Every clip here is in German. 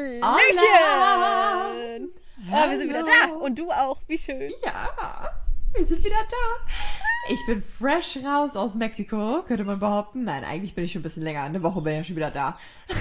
Hallöchen! Oh, wir sind wieder da. Und du auch. Wie schön. Ja, wir sind wieder da. Ich bin fresh raus aus Mexiko, könnte man behaupten. Nein, eigentlich bin ich schon ein bisschen länger. Eine Woche bin ich ja schon wieder da.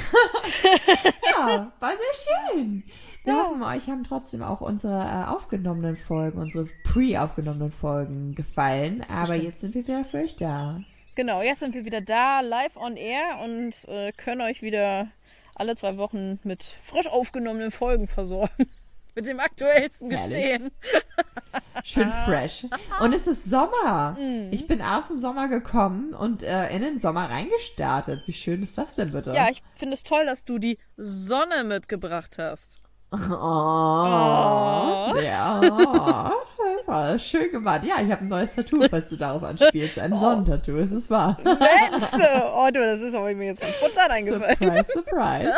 Ja, war sehr schön. Wir hoffen, euch haben trotzdem auch unsere aufgenommenen Folgen, unsere pre-aufgenommenen Folgen gefallen. Aber jetzt sind wir wieder für euch da. Genau, jetzt sind wir wieder da, live on air und können euch wieder alle 2 Wochen mit frisch aufgenommenen Folgen versorgen. Mit dem aktuellsten Geschehen. Schön fresh. Und es ist Sommer. Ich bin aus dem Sommer gekommen und in den Sommer reingestartet. Wie schön ist das denn bitte? Ja, ich finde es toll, dass du die Sonne mitgebracht hast. Ja, das war schön gemacht. Ja, ich habe ein neues Tattoo, falls du darauf anspielst. Ein Sonnentattoo, es ist wahr. Mensch! Oh du, das ist aber mir jetzt ganz spontan eingefallen. Surprise, surprise.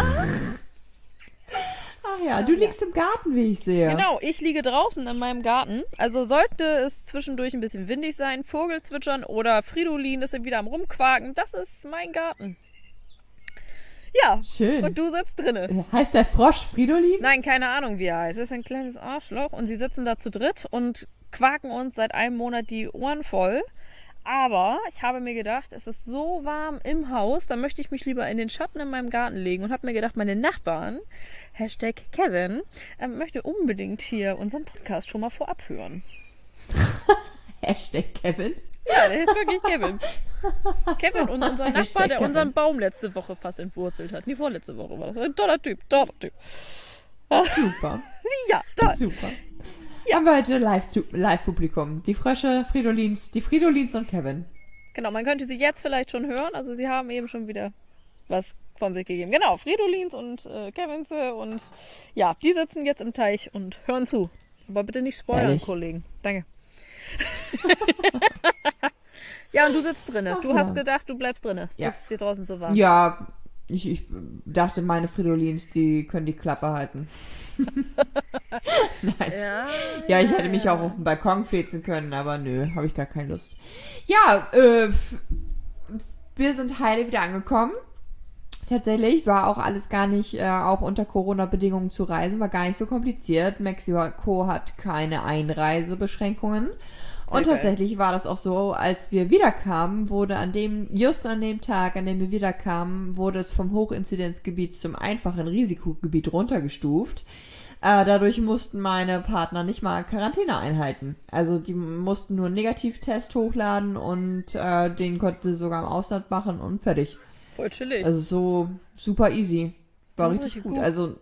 Ach ja, du liegst im Garten, wie ich sehe. Genau, ich liege draußen in meinem Garten. Also sollte es zwischendurch ein bisschen windig sein, Vogel zwitschern oder Fridolin ist wieder am Rumquaken, das ist mein Garten. Ja, schön. Und du sitzt drinne. Heißt der Frosch Fridolin? Nein, keine Ahnung, wie er heißt. Er ist ein kleines Arschloch und sie sitzen da zu dritt und quaken uns seit einem Monat die Ohren voll. Aber ich habe mir gedacht, es ist so warm im Haus, da möchte ich mich lieber in den Schatten in meinem Garten legen und habe mir gedacht, meine Nachbarn, #Kevin, möchte unbedingt hier unseren Podcast schon mal vorab hören. #Kevin? Ja, der ist wirklich Kevin. Kevin, so, und unser Nachbar, der unseren Baum letzte Woche fast entwurzelt hat. Nee, vorletzte Woche war das. Ein toller Typ, toller Typ. Super. Ja, toll. Super. Ja, haben wir heute Live-Publikum. Die Frösche, die Fridolins und Kevin. Genau, man könnte sie jetzt vielleicht schon hören. Also sie haben eben schon wieder was von sich gegeben. Genau, Fridolins und Kevins und ja, die sitzen jetzt im Teich und hören zu. Aber bitte nicht spoilern, Ehrlich? Kollegen. Danke. Ja, und du sitzt drinne. Du hast gedacht, du bleibst drinne. Ja. Das ist dir draußen so warm. Ja, ich dachte, meine Fridolins, die können die Klappe halten. Nein. Ja, ich hätte mich auch auf den Balkon flitzen können, aber nö, habe ich gar keine Lust. Ja, wir sind heile wieder angekommen. Tatsächlich war auch alles gar nicht, auch unter Corona-Bedingungen zu reisen, war gar nicht so kompliziert. Mexiko hat keine Einreisebeschränkungen. Und tatsächlich war das auch so, als wir wiederkamen, wurde just an dem Tag, an dem wir wiederkamen, wurde es vom Hochinzidenzgebiet zum einfachen Risikogebiet runtergestuft. Dadurch mussten meine Partner nicht mal Quarantäne einhalten. Also die mussten nur einen Negativtest hochladen und den konnte sogar im Ausland machen und fertig. Voll chillig. Also so super easy. War richtig gut. Also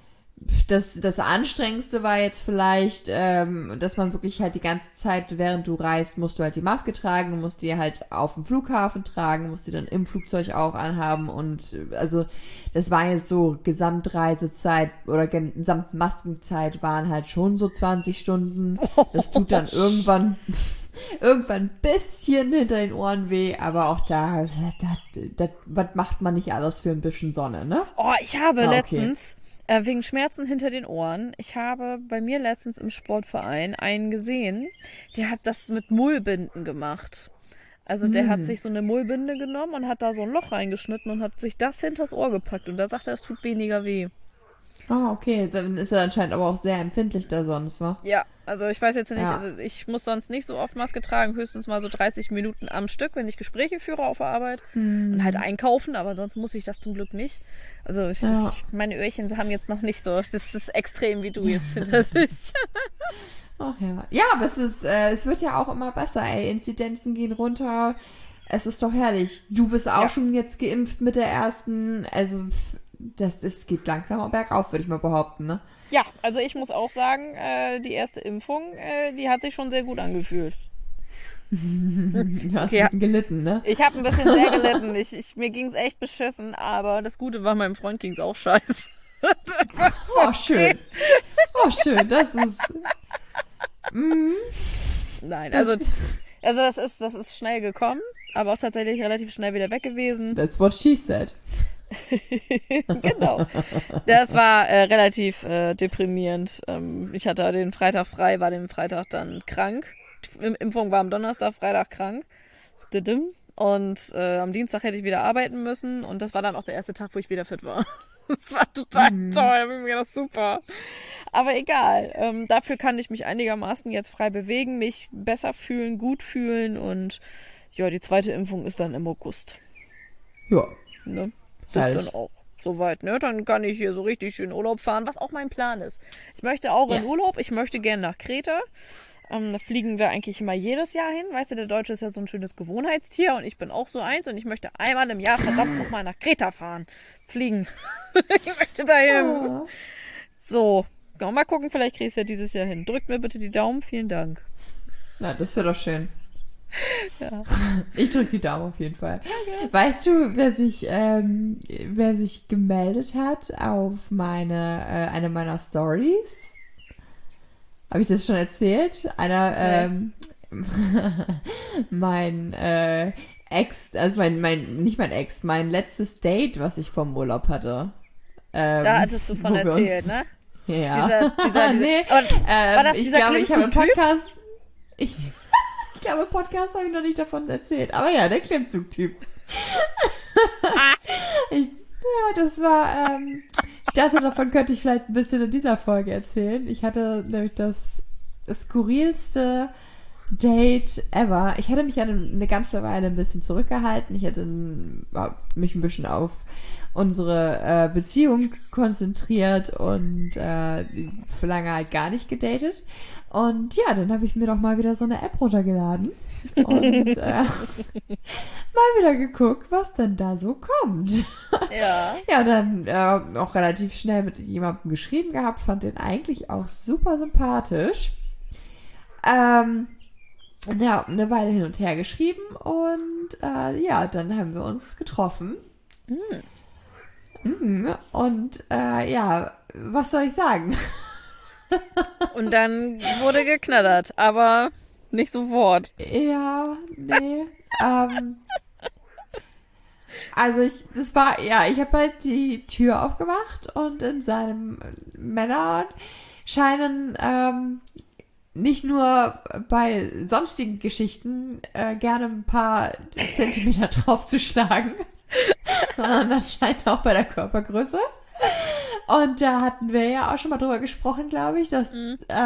das Anstrengendste war jetzt vielleicht, dass man wirklich halt die ganze Zeit, während du reist, musst du halt die Maske tragen, du musst die halt auf dem Flughafen tragen, musst die dann im Flugzeug auch anhaben und also das war jetzt so Gesamtreisezeit oder Gesamtmaskenzeit waren halt schon so 20 Stunden. Das tut dann irgendwann ein bisschen hinter den Ohren weh, aber auch da, was macht man nicht alles für ein bisschen Sonne, ne? Oh, ich habe letztens, wegen Schmerzen hinter den Ohren, ich habe bei mir letztens im Sportverein einen gesehen, der hat das mit Mullbinden gemacht. Also der hat sich so eine Mullbinde genommen und hat da so ein Loch reingeschnitten und hat sich das hinters Ohr gepackt und da sagt er, es tut weniger weh. Ah, okay. Dann ist er anscheinend aber auch sehr empfindlich da sonst, wa? Ja, also ich weiß jetzt nicht, also ich muss sonst nicht so oft Maske tragen, höchstens mal so 30 Minuten am Stück, wenn ich Gespräche führe auf der Arbeit und halt einkaufen, aber sonst muss ich das zum Glück nicht. Also meine Öhrchen haben jetzt noch nicht so, das ist extrem, wie du jetzt hinter sich. Ach ja. Ja, aber es wird ja auch immer besser, ey. Inzidenzen gehen runter. Es ist doch herrlich. Du bist auch schon jetzt geimpft mit der ersten, also es geht langsam bergauf, würde ich mal behaupten, ne? Ja, also ich muss auch sagen, die erste Impfung, die hat sich schon sehr gut angefühlt. Du hast ein bisschen gelitten, ne? Ich habe ein bisschen sehr gelitten. Mir ging's echt beschissen, aber das Gute war, meinem Freund ging's auch scheiße. Oh, schön. Oh, schön. Das ist... Nein, also das ist schnell gekommen, aber auch tatsächlich relativ schnell wieder weg gewesen. That's what she said. Genau. Das war relativ deprimierend. Ich hatte den Freitag frei, war den Freitag dann krank. Die Impfung war am Donnerstag, Freitag krank. Und am Dienstag hätte ich wieder arbeiten müssen und das war dann auch der erste Tag, wo ich wieder fit war. Das war total toll. Ich mir gedacht, super. Aber egal. Dafür kann ich mich einigermaßen jetzt frei bewegen, mich besser fühlen, gut fühlen und ja, die zweite Impfung ist dann im August. Ja, Ne? Das ist herrlich. dann auch soweit, ne? Dann kann ich hier so richtig schön Urlaub fahren, was auch mein Plan ist. Ich möchte auch Ja. in Urlaub, ich möchte gerne nach Kreta. Da fliegen wir eigentlich immer jedes Jahr hin. Weißt du, der Deutsche ist ja so ein schönes Gewohnheitstier und ich bin auch so eins und ich möchte einmal im Jahr verdammt nochmal nach Kreta fahren. Fliegen. Ich möchte dahin. Oh. So, mal gucken, vielleicht kriege ich es ja dieses Jahr hin. Drückt mir bitte die Daumen, vielen Dank. Na, das wäre doch schön. Ja. Ich drücke die Daumen auf jeden Fall. Weißt du, wer sich gemeldet hat auf eine meiner Stories? Habe ich das schon erzählt? Mein Ex, also nicht mein Ex, mein letztes Date, was ich vom Urlaub hatte. Da hattest du von wo wir erzählt, uns- ne? Ja. Nee. Aber, War das ich dieser glaube, ich habe im Klimmzug-Typ? Podcast. Ich glaube, im Podcast habe ich noch nicht davon erzählt. Aber ja, der Klimmzug-Typ. Das war. Ich dachte, davon könnte ich vielleicht ein bisschen in dieser Folge erzählen. Ich hatte nämlich das skurrilste Date ever. Ich hatte mich ja eine ganze Weile ein bisschen zurückgehalten. Ich hatte mich ein bisschen auf unsere Beziehung konzentriert und für lange halt gar nicht gedatet. Und ja, dann habe ich mir doch mal wieder so eine App runtergeladen und mal wieder geguckt, was denn da so kommt. Ja. Ja, und dann auch relativ schnell mit jemandem geschrieben gehabt, fand den eigentlich auch super sympathisch. Ja, eine Weile hin und her geschrieben und ja, dann haben wir uns getroffen. Und ja, was soll ich sagen? Und dann wurde geknattert, aber nicht sofort. Ja, nee. Also ich habe halt die Tür aufgemacht und in seinem Männer scheinen nicht nur bei sonstigen Geschichten gerne ein paar Zentimeter draufzuschlagen, sondern anscheinend auch bei der Körpergröße. Und da hatten wir ja auch schon mal drüber gesprochen, glaube ich, dass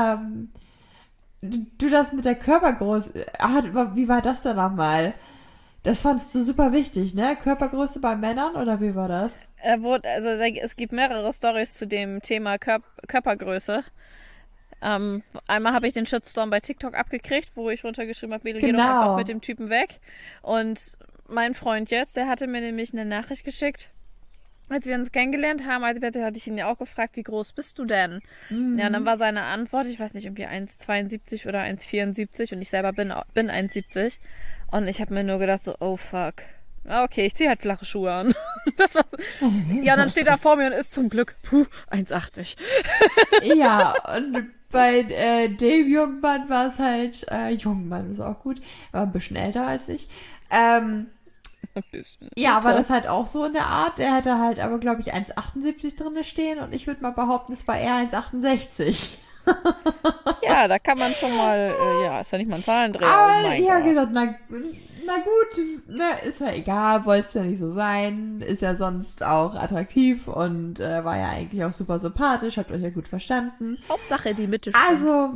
du das mit der Körpergröße, wie war das denn nochmal? Das fandst du super wichtig, ne? Körpergröße bei Männern oder wie war das? Es gibt mehrere Storys zu dem Thema Körpergröße. Einmal habe ich den Shitstorm bei TikTok abgekriegt, wo ich runtergeschrieben habe, Mädel, geh doch Genau. einfach mit dem Typen weg. Und mein Freund jetzt, der hatte mir nämlich eine Nachricht geschickt, als wir uns kennengelernt haben, hatte ich ihn ja auch gefragt, wie groß bist du denn? Ja, und dann war seine Antwort, ich weiß nicht, irgendwie 1,72 oder 1,74 und ich selber bin 1,70. Und ich habe mir nur gedacht so, oh fuck. Okay, ich ziehe halt flache Schuhe an. Das war's. Ja, und dann steht er vor mir und ist zum Glück 1,80. Ja, und bei dem Jungmann war es halt, Jungmann ist auch gut, war ein bisschen älter als ich. Ein bisschen. Ja, war das halt auch so in der Art. Der hätte halt aber, glaube ich, 1,78 drinne stehen und ich würde mal behaupten, es war eher 1,68. Ja, da kann man schon mal, ist ja nicht mal ein Zahlendreher. Aber oh mein ich habe Gott. gesagt, na gut, ne, ist ja egal, wollt's ja nicht so sein, ist ja sonst auch attraktiv und war ja eigentlich auch super sympathisch, habt euch ja gut verstanden. Hauptsache die Mitte stimmt. Also,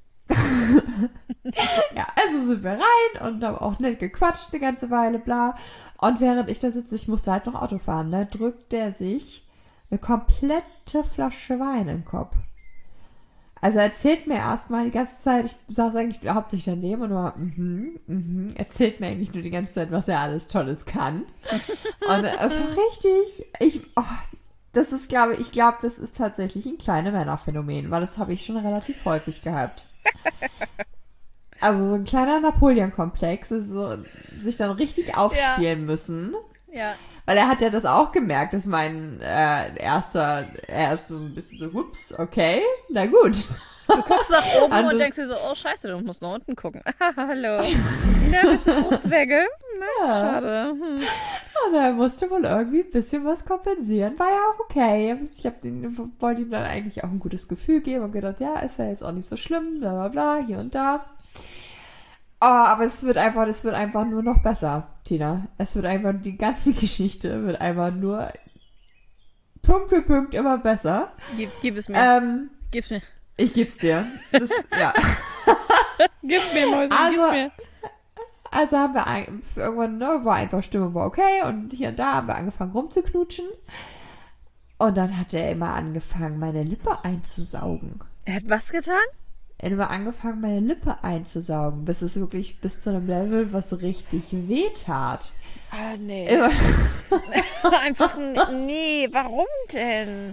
ja, also sind wir rein und haben auch nett gequatscht eine ganze Weile, bla. Und während ich da sitze, ich musste halt noch Auto fahren, ne, drückt der sich eine komplette Flasche Wein in den Kopf. Also erzählt mir erstmal die ganze Zeit, ich saß eigentlich hauptsächlich daneben und war, erzählt mir eigentlich nur die ganze Zeit, was er alles Tolles kann. Und es war richtig, das ist, ich glaube, das ist tatsächlich ein kleines Männerphänomen, weil das habe ich schon relativ häufig gehabt. Also so ein kleiner Napoleon-Komplex, so, sich dann richtig aufspielen müssen. Ja. Weil er hat ja das auch gemerkt, dass er ist so ein bisschen so, hups, okay, na gut. Du guckst nach oben und das- denkst dir so, oh scheiße, du musst nach unten gucken. Hallo. Ja, bist du Fruchtzwerge? Na, Ja. schade. Und er musste wohl irgendwie ein bisschen was kompensieren. War ja auch okay. Wollte ihm dann eigentlich auch ein gutes Gefühl geben und gedacht, ja, ist ja jetzt auch nicht so schlimm, bla bla bla, hier und da. Oh, aber das wird einfach nur noch besser, Tina. Die ganze Geschichte wird einfach nur Punkt für Punkt immer besser. Gib es mir. Gib's mir. Ich geb's dir. Das, ja. Gib's mir, Mäuschen, Also, gib's mir. Also haben wir irgendwann, ne, war einfach Stimmung war okay und hier und da haben wir angefangen rumzuknutschen. Und dann hat er immer angefangen, meine Lippe einzusaugen. Er hat was getan? Er hat immer angefangen, meine Lippe einzusaugen, bis es wirklich bis zu einem Level, was richtig weh tat. Ah, nee. Immer. Einfach, nee, warum denn?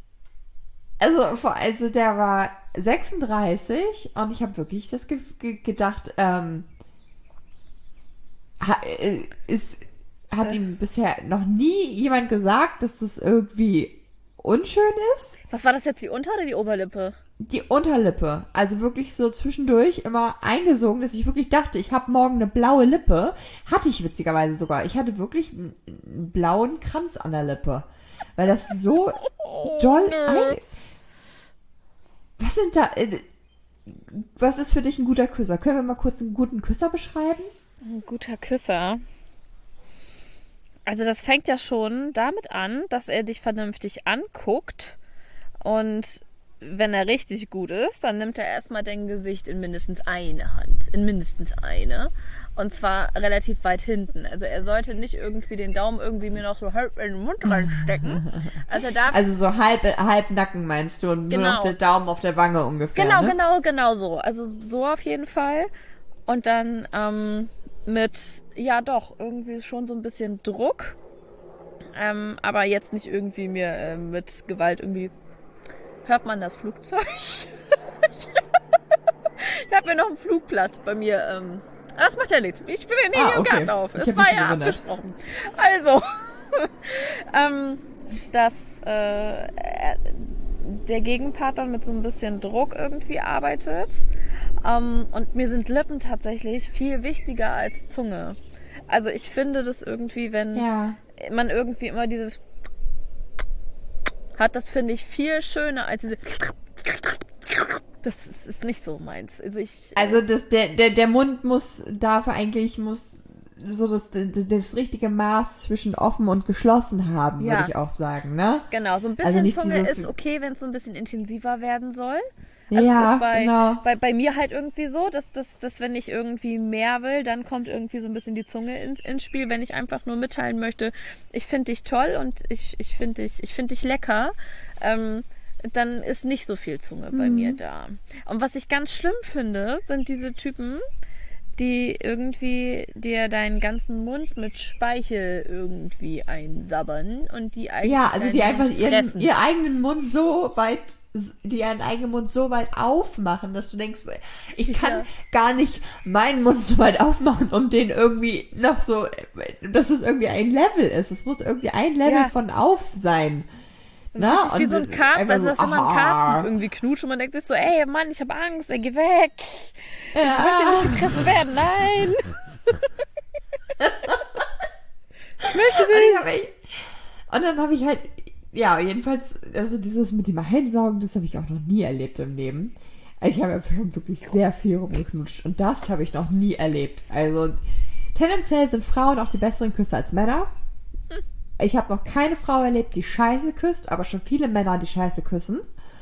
Also der war 36 und ich habe wirklich das gedacht, hat ihm bisher noch nie jemand gesagt, dass das irgendwie unschön ist? Was war das jetzt, die Unter- oder die Oberlippe? Die Unterlippe. Also wirklich so zwischendurch immer eingesogen, dass ich wirklich dachte, ich habe morgen eine blaue Lippe. Hatte ich witzigerweise sogar. Ich hatte wirklich einen blauen Kranz an der Lippe. Weil das so doll Was sind da... was ist für dich ein guter Küsser? Können wir mal kurz einen guten Küsser beschreiben? Ein guter Küsser. Also das fängt ja schon damit an, dass er dich vernünftig anguckt und wenn er richtig gut ist, dann nimmt er erstmal dein Gesicht in mindestens eine Hand. In mindestens eine. Und zwar relativ weit hinten. Also er sollte nicht irgendwie den Daumen irgendwie mir noch so halb in den Mund reinstecken. Also er darf... Also so halb Nacken meinst du und nur noch der Daumen auf der Wange ungefähr, Genau so. Also so auf jeden Fall. Und dann mit, ja doch, irgendwie schon so ein bisschen Druck. Aber jetzt nicht irgendwie mir mit Gewalt irgendwie... Hört man das Flugzeug? Ich habe ja noch einen Flugplatz bei mir. Das macht ja nichts. Ich bin ja nicht im Garten auf. Es war ja abgesprochen. Also, dass der Gegenpart dann mit so ein bisschen Druck irgendwie arbeitet. Und mir sind Lippen tatsächlich viel wichtiger als Zunge. Also ich finde das irgendwie, wenn man irgendwie immer dieses hat, das finde ich viel schöner als diese... Das ist nicht so meins. Also der Mund muss so das richtige Maß zwischen offen und geschlossen haben, würde ich auch sagen, ne? Genau, so ein bisschen also Zunge ist okay, wenn es so ein bisschen intensiver werden soll. Also ja, das ist bei mir halt irgendwie so, dass wenn ich irgendwie mehr will, dann kommt irgendwie so ein bisschen die Zunge ins Spiel, wenn ich einfach nur mitteilen möchte, ich finde dich toll und ich finde dich lecker, dann ist nicht so viel Zunge bei mir da. Und was ich ganz schlimm finde, sind diese Typen, die irgendwie dir deinen ganzen Mund mit Speichel irgendwie einsabbern und die eigentlich die einfach ihren eigenen Mund so weit aufmachen, dass du denkst, ich kann gar nicht meinen Mund so weit aufmachen, um den irgendwie noch so, dass es irgendwie ein Level ist. Es muss irgendwie ein Level von auf sein. Na? Und wie so ein Karp, also dass wenn man einen Karpfen irgendwie knutscht und man denkt sich so, ey Mann, ich habe Angst, ey, geh weg. Ja. Ich möchte nicht gepresst werden, nein. Ich möchte nicht. Und dann habe ich halt, jedenfalls, also dieses mit dem Einsaugen, das habe ich auch noch nie erlebt im Leben. Also ich habe ja schon wirklich sehr viel rumgeknutscht und das habe ich noch nie erlebt. Also tendenziell sind Frauen auch die besseren Küsser als Männer. Ich habe noch keine Frau erlebt, die Scheiße küsst, aber schon viele Männer, die Scheiße küssen.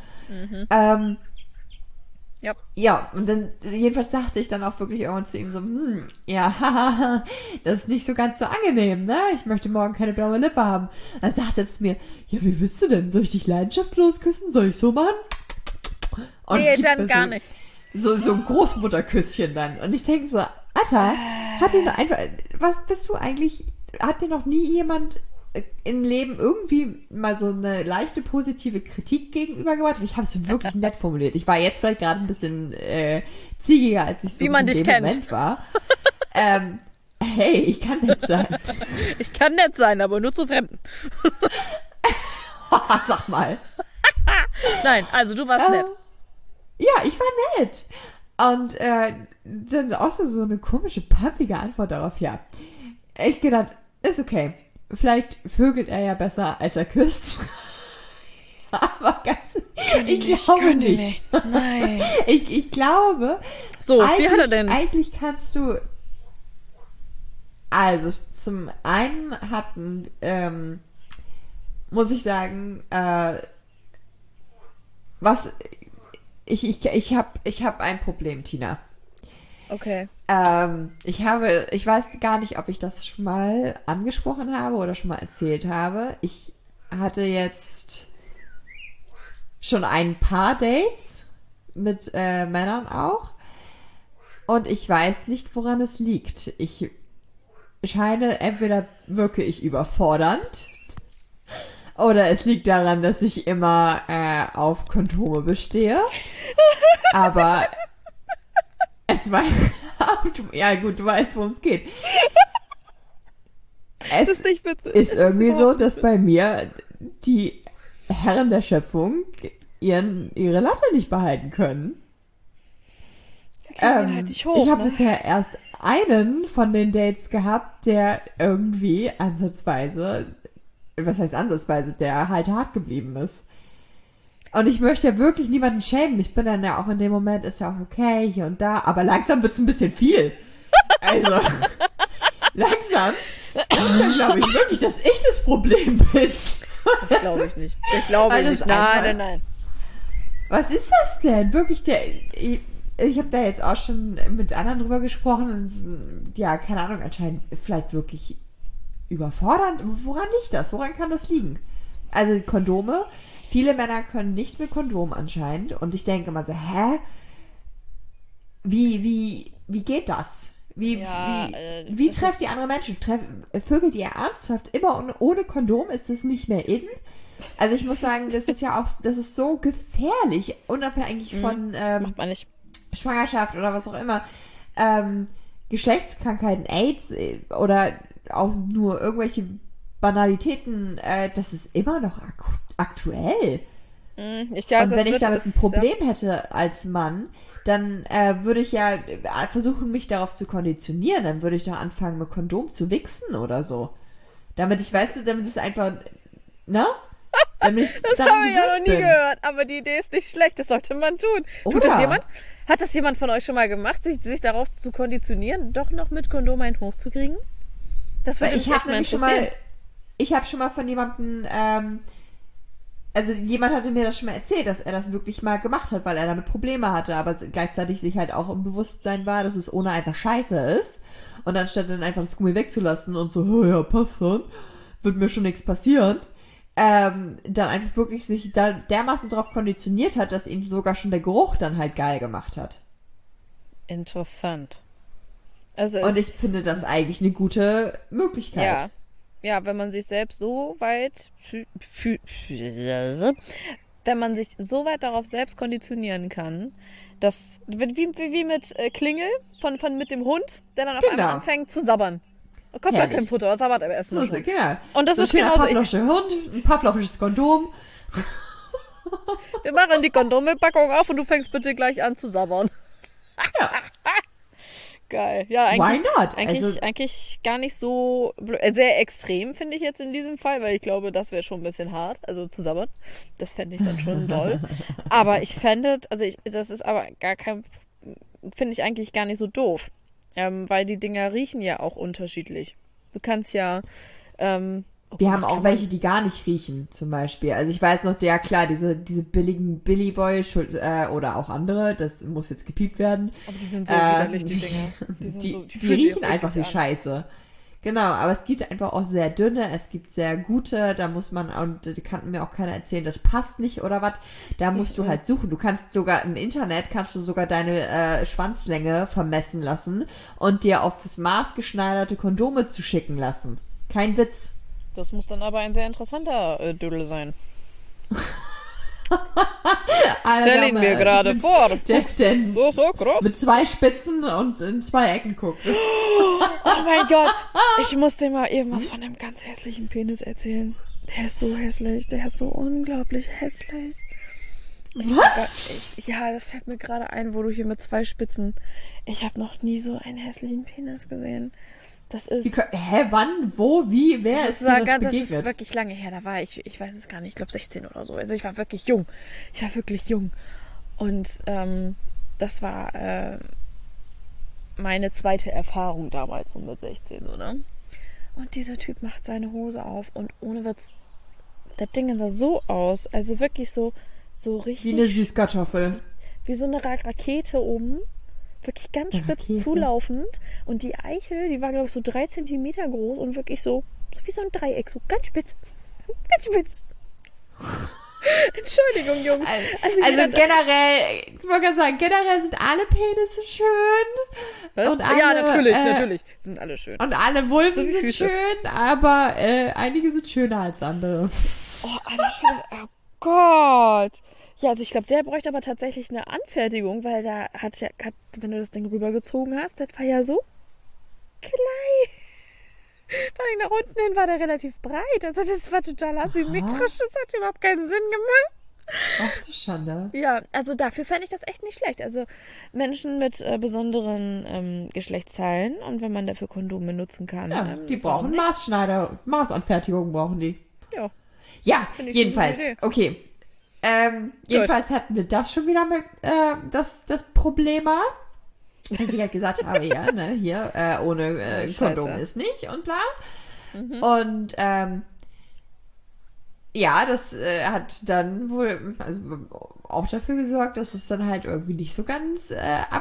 Ja, und dann jedenfalls sagte ich dann auch wirklich irgendwann zu ihm so, das ist nicht so ganz so angenehm, ne? Ich möchte morgen keine blaue Lippe haben. Dann sagte er zu mir, ja, wie willst du denn? Soll ich dich leidenschaftslos küssen? Soll ich so machen? Und nee, dann gar nicht. So ein Großmutterküsschen dann. Und ich denke so, Alter, was bist du eigentlich, hat dir noch nie jemand im Leben irgendwie mal so eine leichte positive Kritik gegenübergebracht? Ich habe es wirklich nett formuliert. Ich war jetzt vielleicht gerade ein bisschen ziegiger, als ich so in dem Moment war. Hey, ich kann nett sein. Ich kann nett sein, aber nur zu Fremden. Sag mal. Nein, also du warst nett. Ja, ich war nett. Und dann auch so eine komische, pappige Antwort darauf. Ja, ich gedacht, ist okay. Vielleicht vögelt er ja besser, als er küsst. Aber ich glaube nicht. Nein. Ich glaube, so, wie hat er denn? Eigentlich kannst du, also zum einen hatten muss ich sagen, was ich hab ein Problem, Tina. Okay. Ich weiß gar nicht, ob ich das schon mal angesprochen habe oder schon mal erzählt habe. Ich hatte jetzt schon ein paar Dates mit Männern auch. Und ich weiß nicht, woran es liegt. Ich scheine, entweder wirke ich überfordernd oder es liegt daran, dass ich immer auf Kondome bestehe. Aber es war... Ja gut, du weißt, worum es geht. Es Das ist nicht witzig. ist Es irgendwie so, überhaupt dass nicht bei mir die Herren der Schöpfung ihre Latte nicht behalten können. witzig. Sie kriegen den halt nicht hoch, Ich habe ne? bisher erst einen von den Dates gehabt, der irgendwie ansatzweise, was heißt ansatzweise, der halt hart geblieben ist. Und ich möchte ja wirklich niemanden schämen. Ich bin dann ja auch in dem Moment, ist ja auch okay, hier und da. Aber langsam wird es ein bisschen viel. Also, langsam glaube ich wirklich, dass ich das Problem bin. Das glaube ich nicht. Ich glaube Weil das nicht. Nein, einfach- nein, nein. Was ist das denn? Wirklich, ich habe da jetzt auch schon mit anderen drüber gesprochen. Und, ja, keine Ahnung, anscheinend vielleicht wirklich überfordernd. Woran liegt das? Woran kann das liegen? Also Kondome. Viele Männer können nicht mit Kondom anscheinend. Und ich denke immer so, hä? Wie geht das? Ja, Wie das trefft ist- ihr andere Menschen? Vögelt ihr ernsthaft immer ohne Kondom? Ist das nicht mehr in? Also ich muss sagen, das ist ja auch, das ist so gefährlich, unabhängig von Macht man nicht. Schwangerschaft oder was auch immer. Geschlechtskrankheiten, AIDS oder auch nur irgendwelche Banalitäten, das ist immer noch aktuell. Ja, Und das wenn ich wird- damit ein ist- Problem hätte als Mann, dann würde ich ja versuchen, mich darauf zu konditionieren. Dann würde ich doch anfangen, mit Kondom zu wichsen oder so. Damit ich, weißt du, damit es einfach, ne? Damit ich Das daran habe ich ja noch gewöhnt nie bin. gehört, aber die Idee ist nicht schlecht, das sollte man tun. Tut Oder? das jemand? Hat das jemand von euch schon mal gemacht, sich darauf zu konditionieren, doch noch mit Kondom einen hochzukriegen? Das würde Weil mich ich echt habe mal nämlich interessieren. ich habe schon mal von jemandem, also jemand hatte mir das schon mal erzählt, dass er das wirklich mal gemacht hat, weil er damit Probleme hatte, aber gleichzeitig sich halt auch im Bewusstsein war, dass es ohne einfach scheiße ist. Und anstatt dann einfach das Gummi wegzulassen und so, oh ja, passt schon, wird mir schon nichts passieren, dann einfach wirklich sich da dermaßen drauf konditioniert hat, dass ihm sogar schon der Geruch dann halt geil gemacht hat. Interessant. Also Und ich finde das eigentlich eine gute Möglichkeit. ja. Ja, wenn man sich selbst so weit wenn man sich so weit darauf selbst konditionieren kann, dass wie mit Klingel mit dem Hund, der dann auf Genau. einmal anfängt zu sabbern. Da kommt gar Herrlich. kein Futter, das sabbert aber So erstmal ist es, schon. genau. Und das so ist ein schöner genauso. Pavlovscher Hund, ein pavlovisches Kondom. Wir machen die Kondompackung auf und du fängst bitte gleich an zu sabbern. Ja. Geil. Ja, Why not? Eigentlich gar nicht so sehr extrem, finde ich jetzt in diesem Fall, weil ich glaube, das wäre schon ein bisschen hart, also zu sabbern. Das fände ich dann schon doll. Aber ich fände, das ist aber finde ich eigentlich gar nicht so doof. Weil die Dinger riechen ja auch unterschiedlich. Du kannst ja, Wir haben auch welche, die gar nicht riechen, zum Beispiel. Also ich weiß noch, ja klar, diese billigen Billy Boy oder auch andere, das muss jetzt gepiept werden. aber die sind so widerlich, die Dinger. Die fühlen sich riechen auch einfach wie eklig an. Scheiße. Genau, aber es gibt einfach auch sehr dünne, es gibt sehr gute, da muss man, und die kann mir auch keiner erzählen, das passt nicht oder was. Da musst du halt suchen. Du kannst sogar im Internet, deine Schwanzlänge vermessen lassen und dir aufs Maß geschneiderte Kondome zu schicken lassen. Kein Witz. Das muss dann aber ein sehr interessanter Dödel sein. Stell ihn mir gerade vor. Der denn So groß. mit 2 Spitzen und in 2 Ecken guckt. Oh mein Gott. Ich muss dir mal irgendwas von einem ganz hässlichen Penis erzählen. Der ist so hässlich. Der ist so unglaublich hässlich. Was? Ja, das fällt mir gerade ein, wo du hier mit 2 Spitzen. Ich habe noch nie so einen hässlichen Penis gesehen. Das ist... Hä, wann, wo, wie, wer ist dir das Das ist begegnet? wirklich lange her. Da war ich weiß es gar nicht, ich glaube 16 oder so. Also ich war wirklich jung. Und das war meine zweite Erfahrung damals, so mit 16, oder? Und dieser Typ macht seine Hose auf und ohne Witz, Das Ding sah so aus. Also wirklich so richtig. Wie eine Süßkartoffel. Wie so eine Rakete oben. Wirklich ganz Eine spitz Rakete. zulaufend. Und die Eichel, die war, glaube ich, so 3 Zentimeter groß und wirklich so wie so ein Dreieck. So ganz spitz. Ganz spitz. Entschuldigung, Jungs. Also generell, ich wollte gerade sagen, generell sind alle Penisse schön. Was? Und alle, ja, natürlich. Sind alle schön. Und alle Vulven So wie sind Füße. schön, aber einige sind schöner als andere. Oh, alle schön. Oh Gott. Ja, also ich glaube, der bräuchte aber tatsächlich eine Anfertigung, weil da wenn du das Ding rübergezogen hast, das war ja so klein. Vor allem nach unten hin war der relativ breit. Also das war total asymmetrisch. Das hat überhaupt keinen Sinn gemacht. Ach du Schande. Ja, also dafür fände ich das echt nicht schlecht. Also Menschen mit besonderen Geschlechtsteilen und wenn man dafür Kondome nutzen kann. Ja, die warum brauchen Maßanfertigung brauchen die. nicht? Ja. Ja, Finde ich jedenfalls. eine gute Okay. Jedenfalls hatten wir das schon wieder mit das Problem. Als ich halt gesagt habe, ja, ne, hier, ohne Kondom Scheiße. ist nicht und bla. Und ja, das hat dann wohl also auch dafür gesorgt, dass es dann halt irgendwie nicht so ganz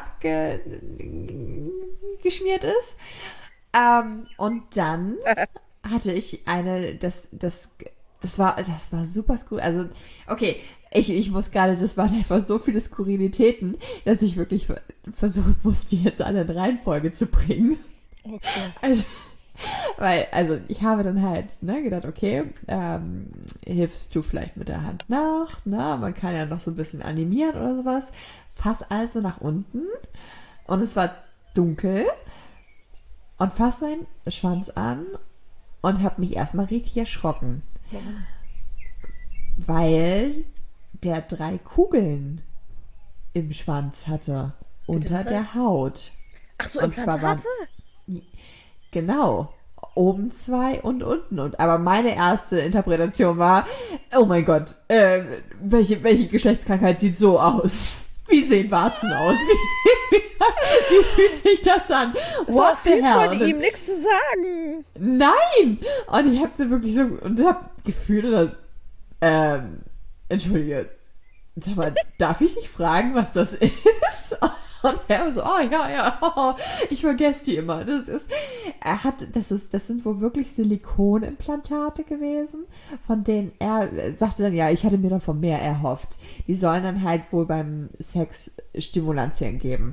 abgeschmiert ist. Und dann hatte ich das war super skurril. Also, okay, ich muss gerade, das waren einfach so viele Skurrilitäten, dass ich wirklich versuchen muss, die jetzt alle in Reihenfolge zu bringen. Okay. Also ich habe dann halt gedacht, okay, hilfst du vielleicht mit der Hand nach, man kann ja noch so ein bisschen animieren oder sowas. Fass also nach unten und es war dunkel und fass seinen Schwanz an und habe mich erstmal richtig erschrocken. Warum? Weil der 3 Kugeln im Schwanz hatte, unter der Haut. Ach so, Und zwar Implantate? Genau. Oben 2 und unten. Aber meine erste Interpretation war, oh mein Gott, welche Geschlechtskrankheit sieht so aus? Wie sehen Warzen aus? Wie fühlt sich das an? What the fies hell? von ihm, nichts zu sagen. Nein! Und ich habe dann wirklich so, und hab gefühlt, entschuldige, sag mal, darf ich dich fragen, was das ist? Und er so, oh ja, ich vergesse die immer. Das sind wohl wirklich Silikonimplantate gewesen, von denen er sagte dann, ja, ich hatte mir davon mehr erhofft. Die sollen dann halt wohl beim Sex Stimulantien geben.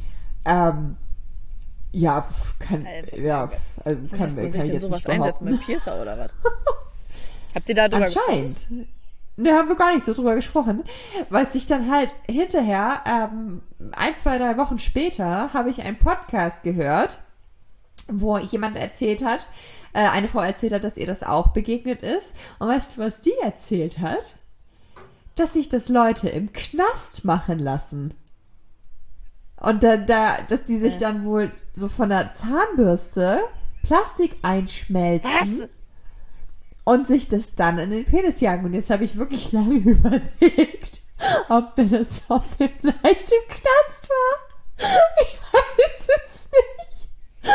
Ja, kann ich Muss man sich denn jetzt sowas nicht einsetzen behaupten. mit Piercer oder was? Habt ihr da drüber gesprochen? Anscheinend. Ne, haben wir gar nicht so drüber gesprochen. Weil sich dann halt hinterher, 1, 2, 3 Wochen später, habe ich einen Podcast gehört, wo jemand erzählt hat, eine Frau erzählt hat, dass ihr das auch begegnet ist. Und weißt du, was die erzählt hat? Dass sich das Leute im Knast machen lassen. Und dass die sich dann wohl so von der Zahnbürste Plastik einschmelzen. Was? Und sich das dann in den Penis jagen. Und jetzt habe ich wirklich lange überlegt, ob mir das vielleicht im Knast war. Ich weiß es nicht.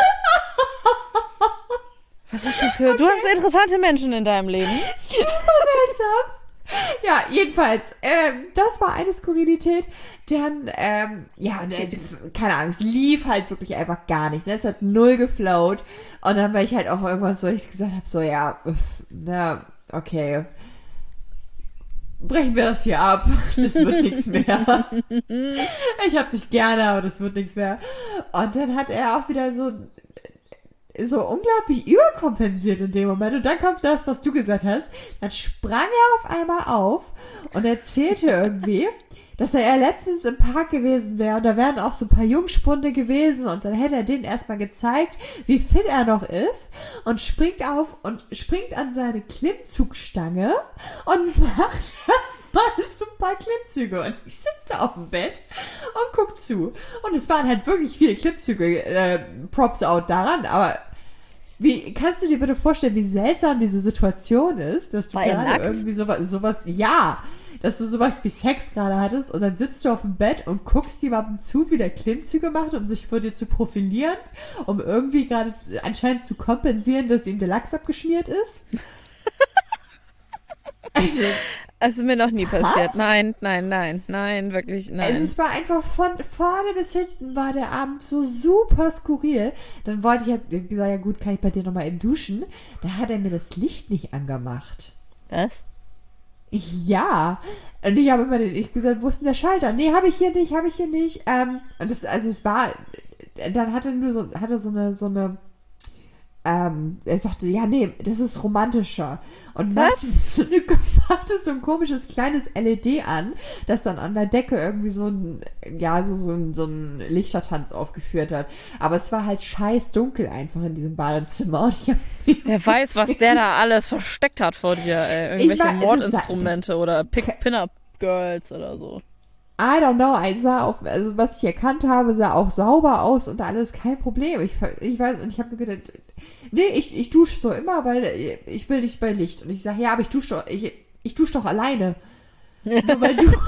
Was hast du für... Du hast interessante Menschen in deinem Leben. Super seltsam. Ja, jedenfalls, das war eine Skurrilität. Dann, keine Ahnung, es lief halt wirklich einfach gar nicht. Ne? Es hat null geflowt. Und dann war ich halt auch irgendwas so, ich gesagt habe, so, ja, okay. Brechen wir das hier ab. Das wird nichts mehr. Ich hab dich gerne, aber das wird nichts mehr. Und dann hat er auch wieder so unglaublich überkompensiert in dem Moment. Und dann kommt das, was du gesagt hast. Dann sprang er auf einmal auf und erzählte irgendwie, dass er ja letztens im Park gewesen wäre und da wären auch so ein paar Jungspunde gewesen und dann hätte er denen erstmal gezeigt, wie fit er noch ist und springt auf und springt an seine Klimmzugstange und macht erstmal so ein paar Klimmzüge und ich sitze da auf dem Bett und guck zu und es waren halt wirklich viele Klimmzüge, Props out daran, aber wie kannst du dir bitte vorstellen, wie seltsam diese Situation ist, dass du War er gerade nackt? irgendwie sowas, ja, dass du sowas wie Sex gerade hattest und dann sitzt du auf dem Bett und guckst jemandem zu, wie der Klimmzüge macht, um sich vor dir zu profilieren, um irgendwie gerade anscheinend zu kompensieren, dass ihm der Lachs abgeschmiert ist. Es ist mir noch nie passiert. Was? Nein, nein, nein, nein, wirklich nein. Es war einfach von vorne bis hinten war der Abend so super skurril. Dann wollte ich, hab gesagt, ja gut, kann ich bei dir nochmal eben duschen? Da hat er mir das Licht nicht angemacht. Was? Ja. Und ich habe ich gesagt, wo ist denn der Schalter? Nee, habe ich hier nicht. Und das, also es war, dann hat er so eine, er sagte, ja, nee, das ist romantischer. Und machte so ein komisches kleines LED an, das dann an der Decke irgendwie so ein Lichtertanz aufgeführt hat. Aber es war halt scheiß dunkel einfach in diesem Badezimmer. Und Wer weiß, was der da alles versteckt hat vor dir, ey. Irgendwelche Mordinstrumente oder Pin-Up-Girls oder so. I don't know, also was ich erkannt habe, sah auch sauber aus und alles, kein Problem. Ich weiß, und ich habe so gedacht, nee, ich dusche so immer, weil ich will nicht bei Licht. Und ich sage, ja, aber ich dusche doch alleine. Nur weil du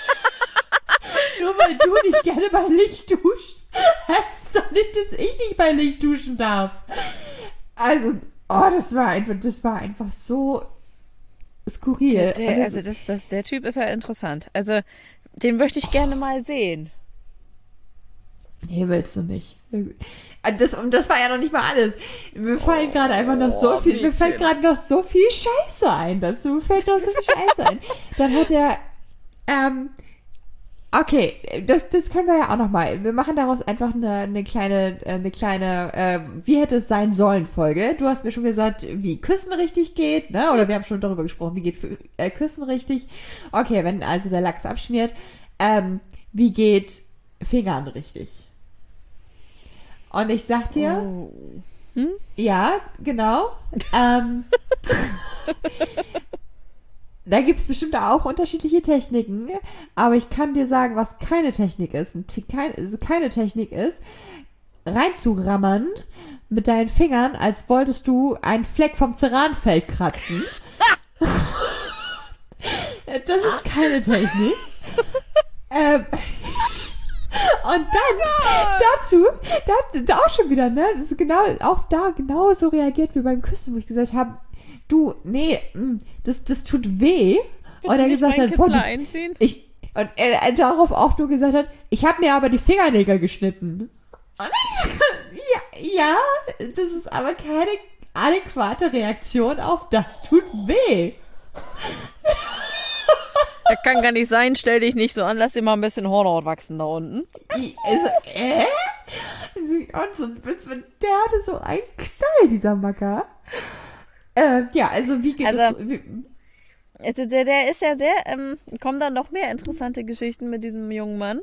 nicht gerne bei Licht duscht, heißt es doch nicht, dass ich nicht bei Licht duschen darf. Also, das war einfach so skurril. Der Typ ist ja interessant. Also, den möchte ich gerne mal sehen. Nee, willst du nicht. Das war ja noch nicht mal alles. Mir fallen gerade einfach noch so viel, mir fällt gerade noch so viel Scheiße ein dazu. Mir fällt noch so viel Scheiße ein. Dann hat er, okay, das können wir ja auch noch mal. Wir machen daraus einfach eine kleine, wie hätte es sein sollen Folge. Du hast mir schon gesagt, wie Küssen richtig geht, ne? Oder wir haben schon darüber gesprochen, wie geht Küssen richtig. Okay, wenn also der Lachs abschmiert, wie geht Fingern richtig? Und ich sag dir, ja, genau. Da gibt es bestimmt auch unterschiedliche Techniken, aber ich kann dir sagen, was keine Technik ist. Keine Technik ist, reinzurammern mit deinen Fingern, als wolltest du einen Fleck vom Ceranfeld kratzen. Das ist keine Technik. Und dann da auch schon wieder, ne? Das ist auch da genauso reagiert wie beim Küssen, wo ich gesagt habe, du, nee, das tut weh. Und er gesagt hat, einziehen? Und er darauf auch nur gesagt hat, ich habe mir aber die Fingernägel geschnitten. Und ja, das ist aber keine adäquate Reaktion auf das tut weh. Das kann gar nicht sein, stell dich nicht so an, lass dir mal ein bisschen Hornhaut wachsen da unten. Der hatte so einen Knall, dieser Macker. Ja, also wie geht es? Der ist ja sehr, kommen dann noch mehr interessante Geschichten mit diesem jungen Mann.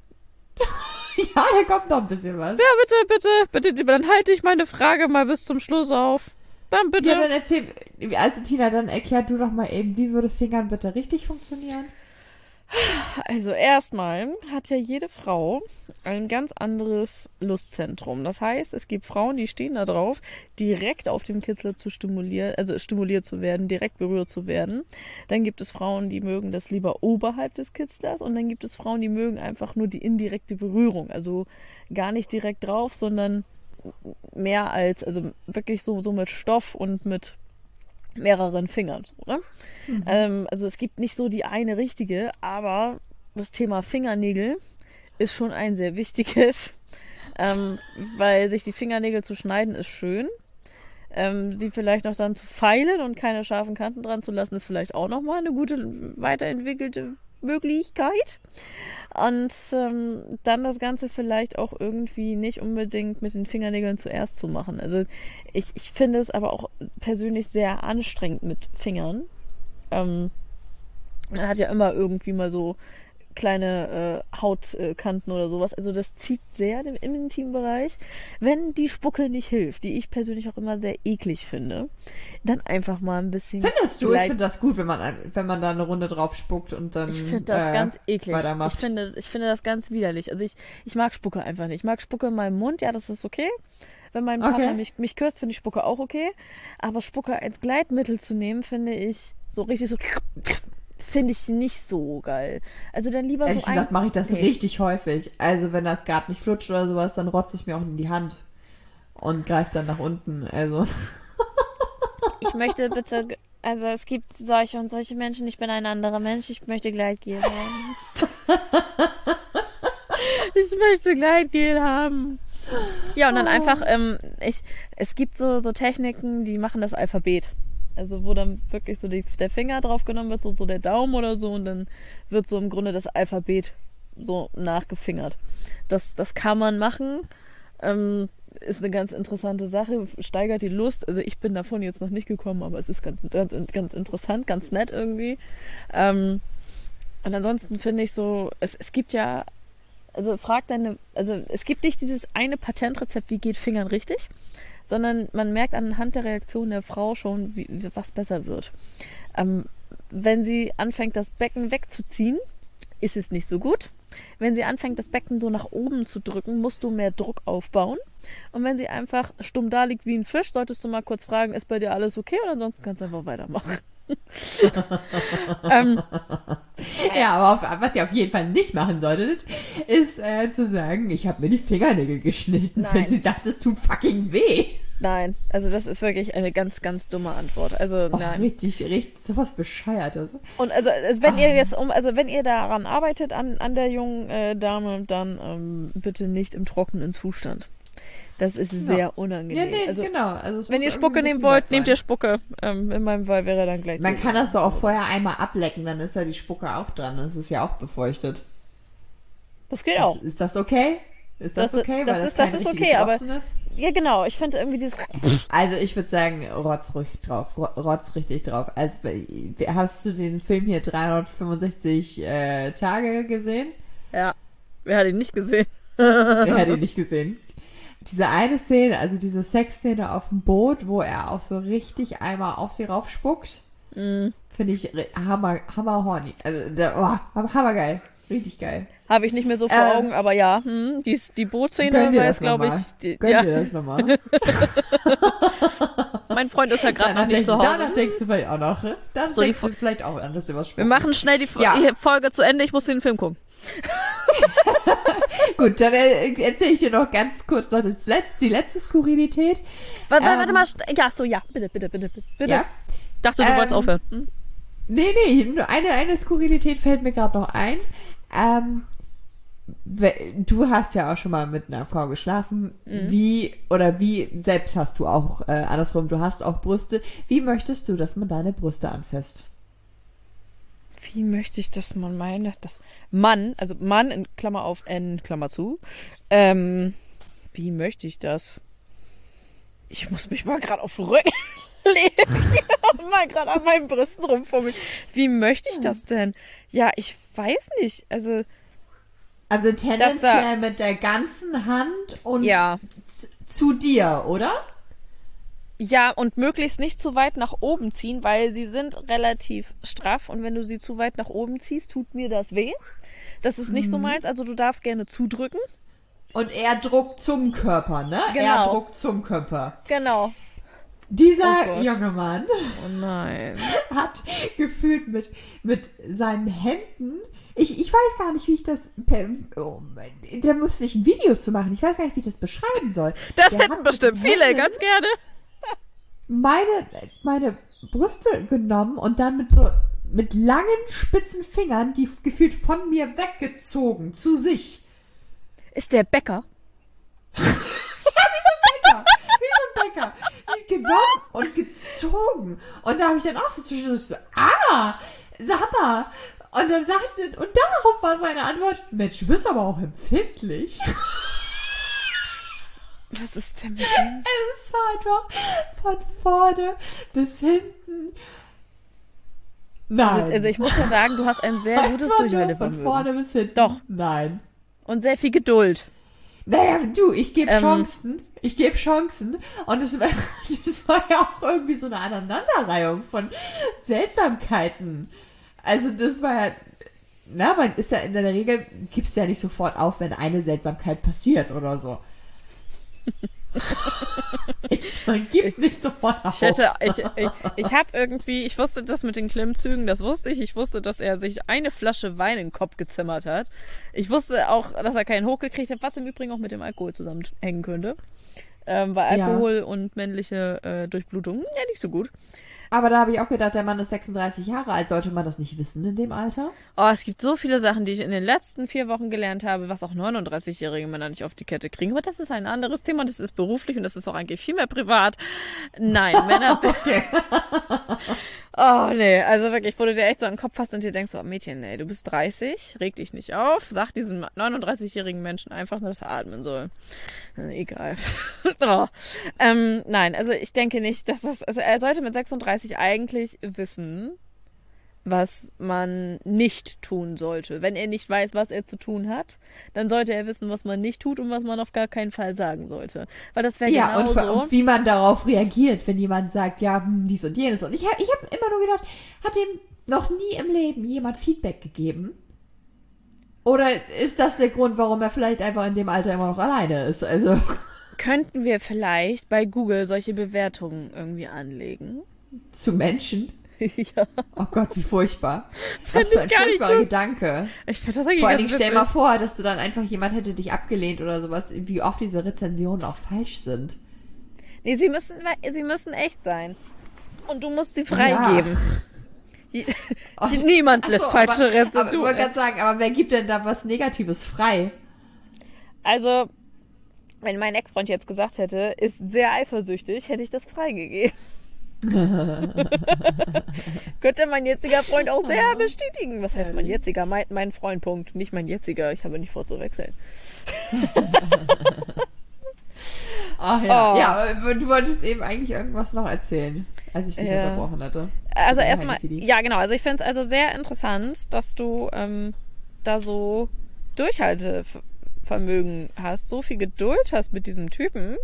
Ja, da kommt noch ein bisschen was. Ja, bitte, dann halte ich meine Frage mal bis zum Schluss auf. Dann bitte. Ja, dann erzähl, also Tina, dann erklär du doch mal eben, wie würde Fingern bitte richtig funktionieren? Also erstmal hat ja jede Frau ein ganz anderes Lustzentrum. Das heißt, es gibt Frauen, die stehen da drauf, direkt auf dem Kitzler zu stimulieren, also stimuliert zu werden, direkt berührt zu werden. Dann gibt es Frauen, die mögen das lieber oberhalb des Kitzlers und dann gibt es Frauen, die mögen einfach nur die indirekte Berührung. Also gar nicht direkt drauf, sondern mehr als, also wirklich so mit Stoff und mit mehreren Fingern. So, ne? Also es gibt nicht so die eine richtige, aber das Thema Fingernägel ist schon ein sehr wichtiges, weil sich die Fingernägel zu schneiden ist schön. Sie vielleicht noch dann zu feilen und keine scharfen Kanten dran zu lassen, ist vielleicht auch nochmal eine gute, weiterentwickelte Möglichkeit. Und dann das Ganze vielleicht auch irgendwie nicht unbedingt mit den Fingernägeln zuerst zu machen. Also ich finde es aber auch persönlich sehr anstrengend mit Fingern. Man hat ja immer irgendwie mal so kleine Hautkanten oder sowas. Also das zieht sehr im Intimbereich. Wenn die Spucke nicht hilft, die ich persönlich auch immer sehr eklig finde, dann einfach mal ein bisschen... Findest du? Ich finde das gut, wenn man da eine Runde drauf spuckt und dann ich finde das ganz eklig. Weitermacht. Ich finde das ganz widerlich. Also ich mag Spucke einfach nicht. Ich mag Spucke in meinem Mund, ja, das ist okay. Wenn mein Partner mich küsst, finde ich Spucke auch okay. Aber Spucke als Gleitmittel zu nehmen, finde ich so richtig so... Finde ich nicht so geil. Also dann lieber Ehrlich gesagt mache ich das richtig häufig. Also wenn das gerade nicht flutscht oder sowas, dann rotze ich mir auch in die Hand und greife dann nach unten. Also ich möchte bitte Also es gibt solche und solche Menschen. Ich bin ein anderer Mensch. Ich möchte Gleitgel haben. Ich möchte Gleitgel haben. Ja, und dann einfach, es gibt so Techniken, die machen das Alphabet. Also wo dann wirklich so der Finger drauf genommen wird, so der Daumen oder so, und dann wird so im Grunde das Alphabet so nachgefingert. Das kann man machen. Ist eine ganz interessante Sache, steigert die Lust. Also ich bin davon jetzt noch nicht gekommen, aber es ist ganz interessant, ganz nett irgendwie. Und ansonsten finde ich so, es gibt ja, also es gibt nicht dieses eine Patentrezept, wie geht Fingern richtig, sondern man merkt anhand der Reaktion der Frau schon, was besser wird. Wenn sie anfängt, das Becken wegzuziehen, ist es nicht so gut. Wenn sie anfängt, das Becken so nach oben zu drücken, musst du mehr Druck aufbauen. Und wenn sie einfach stumm da liegt wie ein Fisch, solltest du mal kurz fragen, ist bei dir alles okay? Und ansonsten kannst du einfach weitermachen. Ja, aber was ihr auf jeden Fall nicht machen solltet, ist zu sagen, ich habe mir die Fingernägel geschnitten, Nein. wenn sie sagt, es tut fucking weh. Nein, also das ist wirklich eine ganz, ganz dumme Antwort. Also nein. Richtig, sowas Bescheuertes. Und also wenn ihr jetzt wenn ihr daran arbeitet an der jungen Dame, dann bitte nicht im trockenen Zustand. Das ist sehr unangenehm. Ja, nee, also, genau. Also wenn ihr Spucke nehmen wollt, nehmt ihr Spucke. In meinem Fall wäre dann gleich. Man kann das doch auch vorher einmal ablecken, dann ist ja die Spucke auch dran. Das ist ja auch befeuchtet. Das geht auch. Ist das okay? Ist das okay? Das Weil ist kein okay, richtiges aber Rotzen ist? ja genau. Ich finde irgendwie dieses. Also ich würde sagen, rotz richtig drauf. Also hast du den Film hier 365 Tage gesehen? Ja. Wer hat ihn nicht gesehen? Wer hat ihn nicht gesehen? Diese eine Szene, also diese Sexszene auf dem Boot, wo er auch so richtig einmal auf sie raufspuckt, finde ich hammer horny. Also hammergeil. Richtig geil. Habe ich nicht mehr so vor Augen, aber ja, die Bootszene war jetzt, glaube ich. Gönn dir das nochmal. Mein Freund ist ja gerade noch nicht zu Hause. Danach denkst du vielleicht auch noch. Dann denkst du vielleicht auch an, dass du was Wir machen schnell die Folge zu Ende. Ich muss den Film gucken. Gut, dann erzähle ich dir noch ganz kurz noch die letzte Skurrilität. Warte mal. Ja, bitte. Ja? Dachte, du wolltest aufhören. Nee, nur eine Skurrilität fällt mir gerade noch ein. Du hast ja auch schon mal mit einer Frau geschlafen. Wie selbst hast du auch andersrum, du hast auch Brüste. Wie möchtest du, dass man deine Brüste anfasst? Wie möchte ich, dass man Mann in Klammer auf N, Klammer zu, wie möchte ich das? Ich muss mich mal gerade auf den Rücken legen und mal gerade an meinen Brüsten rumfummeln. Wie möchte ich das denn? Ja, ich weiß nicht. Also tendenziell mit der ganzen Hand und zu dir, oder? Ja, und möglichst nicht zu weit nach oben ziehen, weil sie sind relativ straff und wenn du sie zu weit nach oben ziehst, tut mir das weh. Das ist nicht so meins, also du darfst gerne zudrücken. Und er druckt zum Körper, ne? Genau. Er druckt zum Körper. Genau. Dieser junge Mann hat gefühlt mit seinen Händen, ich weiß gar nicht, wie ich das, da musste ich ein Video zu machen, ich weiß gar nicht, wie ich das beschreiben soll. Das hätten bestimmt viele, ganz gerne. Meine Brüste genommen und dann mit langen, spitzen Fingern, die gefühlt von mir weggezogen, zu sich. Ist der Bäcker? Wie so ein Bäcker. Die genommen und gezogen. Und da habe ich dann auch so zwischendurch so, sag mal. Und darauf war seine Antwort, Mensch, du bist aber auch empfindlich. Was ist denn mit dem? Es war einfach von vorne bis hinten. Nein. Also ich muss ja sagen, du hast ein sehr gutes Durchhaltevermögen. Von vorne bis hinten. Doch. Nein. Und sehr viel Geduld. Naja, ich gebe Chancen. Und es war ja auch irgendwie so eine Aneinanderreihung von Seltsamkeiten. Also das war ja, man ist ja in der Regel, gibst du ja nicht sofort auf, wenn eine Seltsamkeit passiert oder so. Man gibt nicht sofort auf. Ich habe irgendwie, ich wusste das mit den Klimmzügen, das wusste ich. Ich wusste, dass er sich eine Flasche Wein in den Kopf gezimmert hat. Ich wusste auch, dass er keinen hochgekriegt hat, was im Übrigen auch mit dem Alkohol zusammenhängen könnte. Weil Alkohol und männliche Durchblutung, ja, nicht so gut. Aber da habe ich auch gedacht, der Mann ist 36 Jahre alt. Sollte man das nicht wissen in dem Alter? Oh, es gibt so viele Sachen, die ich in den letzten 4 Wochen gelernt habe, was auch 39-jährige Männer nicht auf die Kette kriegen. Aber das ist ein anderes Thema, das ist beruflich und das ist auch eigentlich viel mehr privat. Nein, Männer... Okay. Oh, nee, also wirklich, wo du dir echt so an den Kopf fasst und dir denkst, oh Mädchen, ey, du bist 30, reg dich nicht auf, sag diesem 39-jährigen Menschen einfach nur, dass er atmen soll. Egal. Oh. Nein, also ich denke nicht, dass das, also er sollte mit 36 eigentlich wissen, was man nicht tun sollte. Wenn er nicht weiß, was er zu tun hat, dann sollte er wissen, was man nicht tut und was man auf gar keinen Fall sagen sollte. Weil das wäre Ja, genauso. und wie man darauf reagiert, wenn jemand sagt, ja, dies und jenes. Und ich hab immer nur gedacht, hat ihm noch nie im Leben jemand Feedback gegeben? Oder ist das der Grund, warum er vielleicht einfach in dem Alter immer noch alleine ist? Also Könnten wir vielleicht bei Google solche Bewertungen irgendwie anlegen? zu Menschen? Ja. Oh Gott, wie furchtbar. Fänd Was für ich ein gar nicht furchtbarer so- Gedanke. Ich finde das eigentlich Vor allen ganz Dingen stell mal witzig. vor, dass du dann einfach jemand hätte dich abgelehnt oder sowas, wie oft diese Rezensionen auch falsch sind. Nee, sie müssen echt sein. Und du musst sie freigeben. Niemand lässt Ach so, falsche aber ich Rezensionen. wollte gerade sagen, aber wer gibt denn da was Negatives frei? Also, wenn mein Ex-Freund jetzt gesagt hätte, ist sehr eifersüchtig, hätte ich das freigegeben. Könnte mein jetziger Freund auch sehr bestätigen. Was heißt mein jetziger? Mein Freund, Punkt. Nicht mein jetziger. Ich habe nicht vor zu wechseln. Ach ja. Oh. Ja, aber du wolltest eben eigentlich irgendwas noch erzählen, als ich dich Ja. unterbrochen hatte. Also Zu erstmal, Heidi. ja genau, also ich finde es also sehr interessant, dass du da so Durchhaltevermögen hast, so viel Geduld hast mit diesem Typen.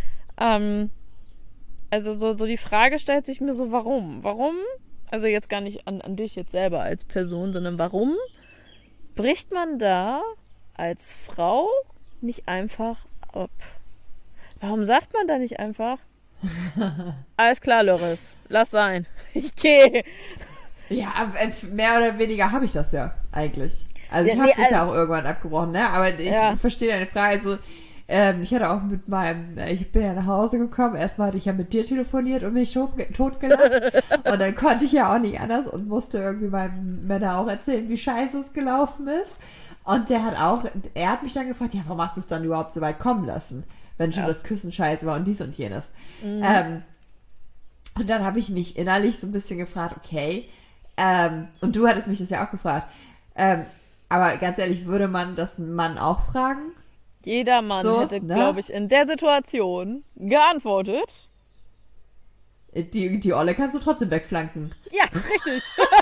Also so die Frage stellt sich mir so, warum? Warum, also jetzt gar nicht an dich jetzt selber als Person, sondern warum bricht man da als Frau nicht einfach ab? Warum sagt man da nicht einfach, alles klar, Loris, lass sein, ich gehe. Ja, mehr oder weniger habe ich das ja eigentlich. Also Ja, ich habe nee, das ja auch irgendwann abgebrochen, ne? Aber ich Ja. verstehe deine Frage. Also ich hatte auch mit ich bin ja nach Hause gekommen. Erstmal hatte ich ja mit dir telefoniert und mich totgelacht. Und dann konnte ich ja auch nicht anders und musste irgendwie meinem Männer auch erzählen, wie scheiße es gelaufen ist. Und er hat mich dann gefragt, ja, warum hast du es dann überhaupt so weit kommen lassen? Wenn schon das Küssen scheiße war und dies und jenes. Und dann habe ich mich innerlich so ein bisschen gefragt, okay, und du hattest mich das ja auch gefragt, aber ganz ehrlich, würde man das einen Mann auch fragen? Jeder Mann So, hätte, ne? glaube ich, in der Situation geantwortet. Die Olle kannst du trotzdem wegflanken. Ja, richtig.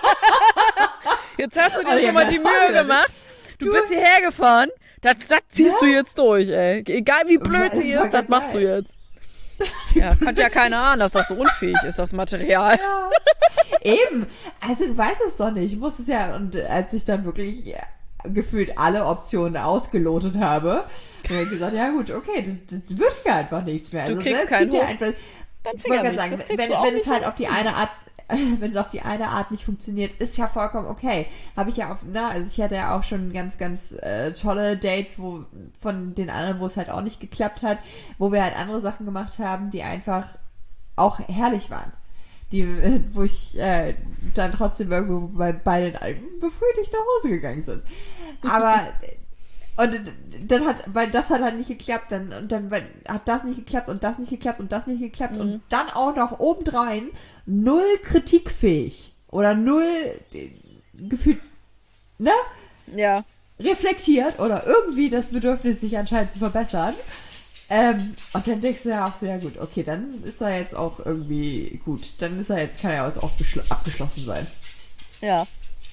Jetzt hast du dir Also, schon ja, mal die das haben Mühe wir gemacht. Du bist hierher gefahren. Das ziehst du jetzt durch, ey. Egal wie blöd sie Ich wollte ist, das grad machst du sagen. jetzt. Ja, kann ja keiner ahnen, dass das so unfähig ist, das Material. Ja. Eben. Also du weißt es doch nicht. Ich musste es ja, und als ich dann wirklich gefühlt alle Optionen ausgelotet habe, habe ich gesagt, ja gut, okay, das wird mir einfach nichts mehr. Du Also, kriegst es keinen gibt ja Hoch. einfach, Dein ich wollte Finger gerade nicht. sagen, Das kriegst du auch wenn es nicht halt hin. auf die eine Art, wenn es auf die eine Art nicht funktioniert, ist ja vollkommen okay. Habe ich ja auch, also ich hatte ja auch schon ganz, ganz tolle Dates, wo von den anderen, wo es halt auch nicht geklappt hat, wo wir halt andere Sachen gemacht haben, die einfach auch herrlich waren. Wo ich dann trotzdem irgendwo bei den Alten befriedigt nach Hause gegangen sind. Aber und weil das hat halt nicht geklappt, dann hat das nicht geklappt und das nicht geklappt und das nicht geklappt und dann auch noch obendrein null kritikfähig oder null gefühlt, ne? Ja. Reflektiert oder irgendwie das Bedürfnis, sich anscheinend zu verbessern. Und dann denkst du ja auch so, ja gut, okay, dann ist er jetzt auch irgendwie gut. Dann kann er jetzt auch abgeschlossen sein. Ja.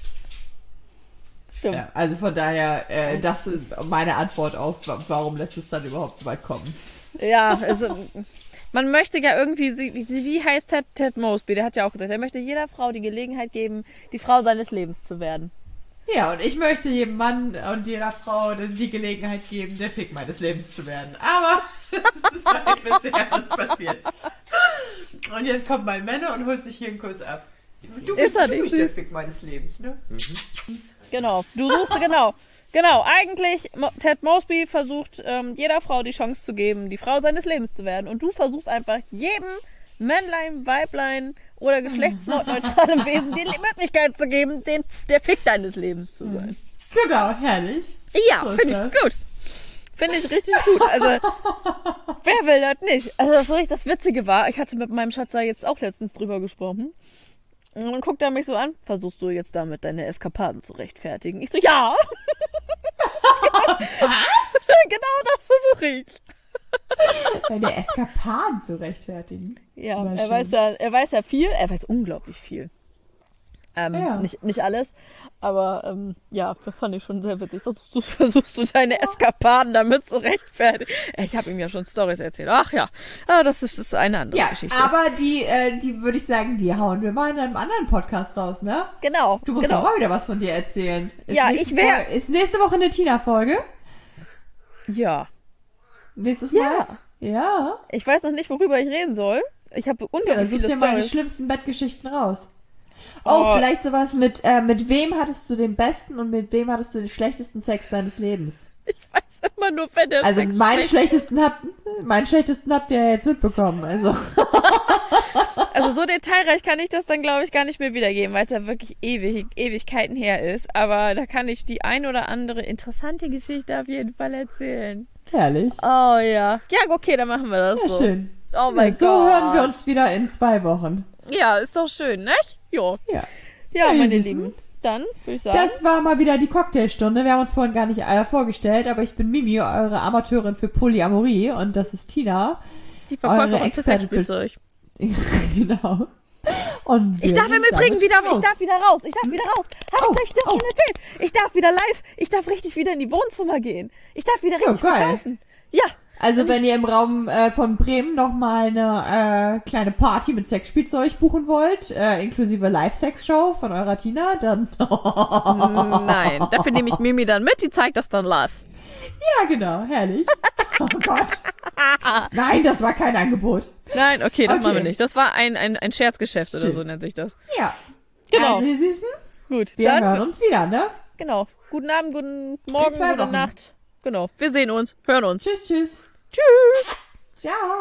Stimmt. Ja, also von daher, das ist meine Antwort auf, warum lässt es dann überhaupt so weit kommen. Ja, also man möchte ja irgendwie, wie heißt Ted Mosby, der hat ja auch gesagt, er möchte jeder Frau die Gelegenheit geben, die Frau seines Lebens zu werden. Ja, und ich möchte jedem Mann und jeder Frau die Gelegenheit geben, der Fick meines Lebens zu werden. Aber das ist halt bisher nicht passiert. Und jetzt kommt mein Männer und holt sich hier einen Kuss ab. Du Ist er nicht bist der süß? Fick meines Lebens, ne? Genau, du suchst, genau, eigentlich, Ted Mosby versucht, jeder Frau die Chance zu geben, die Frau seines Lebens zu werden. Und du versuchst einfach jedem Männlein, Weiblein oder geschlechtsneutralem Wesen die Möglichkeit zu geben, der Fick deines Lebens zu sein. Genau, herrlich. Ja, So finde ich gut. Finde ich richtig gut. Also, wer will das nicht? Also, das Witzige war, ich hatte mit meinem Schatz da jetzt auch letztens drüber gesprochen. Und dann guckt er mich so an. Versuchst du jetzt damit deine Eskapaden zu rechtfertigen? Ich so, ja. Was? Genau das versuche ich. Deine Eskapaden zu rechtfertigen. Ja, Na, er weiß ja viel. Er weiß unglaublich viel. Ja. Nicht alles, aber ja, das fand ich schon sehr witzig. Versuchst du deine Eskapaden damit zu rechtfertigen? Ich habe ihm ja schon Storys erzählt. Ach ja, das ist eine andere Geschichte. Aber die würde ich sagen, die hauen wir mal in einem anderen Podcast raus, ne? Genau. Du musst auch mal wieder was von dir erzählen. Ist nächste Woche eine Tina-Folge? Ja. Nächstes Mal? Ja. Ich weiß noch nicht, worüber ich reden soll. Ich habe unglaublich such viele dir mal die Storys. schlimmsten Bettgeschichten raus. Oh, vielleicht sowas mit wem hattest du den besten und mit wem hattest du den schlechtesten Sex deines Lebens? Ich weiß immer nur, wenn der Also Sex meinen schlecht- schlechtesten habt ihr ja jetzt mitbekommen. Also Also so detailreich kann ich das dann, glaube ich, gar nicht mehr wiedergeben, weil es ja wirklich Ewigkeiten her ist. Aber da kann ich die ein oder andere interessante Geschichte auf jeden Fall erzählen. herrlich. Oh ja. Ja, okay, dann machen wir das Ja, so. schön. Oh mein Gott. So hören wir uns wieder in 2 Wochen. Ja, ist doch schön, nicht? Jo. Ja. Ja, Ja, meine süßen. Lieben. Dann würde ich sagen. Das war mal wieder die Cocktailstunde. Wir haben uns vorhin gar nicht vorgestellt, aber ich bin Mimi, eure Amateurin für Polyamorie, und das ist Tina. die Verkäuferin eure für Expertin für- Sexspielzeug. Genau. Und Ich darf im Übrigen wieder raus. Habe ich euch das Oh. schon erzählt? Ich darf wieder live. Ich darf richtig wieder in die Wohnzimmer gehen. Ich darf wieder richtig geil. verkaufen. Ja. Also wenn ihr im Raum von Bremen nochmal eine kleine Party mit Sexspielzeug buchen wollt, inklusive Live-Sex-Show von eurer Tina, dann Nein, dafür nehme ich Mimi dann mit. Die zeigt das dann live. ja, genau, herrlich. Oh Gott. Nein, das war kein Angebot. Nein, okay, das Okay. machen wir nicht. Das war ein Scherzgeschäft oder Schön. so nennt sich das. Ja. Genau. Also ihr Süßen, Gut, wir dann hören uns wieder, ne? genau. Guten Abend, guten Morgen, 2 gute Wochen. Nacht. Genau. Wir sehen uns, hören uns. Tschüss, tschüss. Tschüss. Ciao.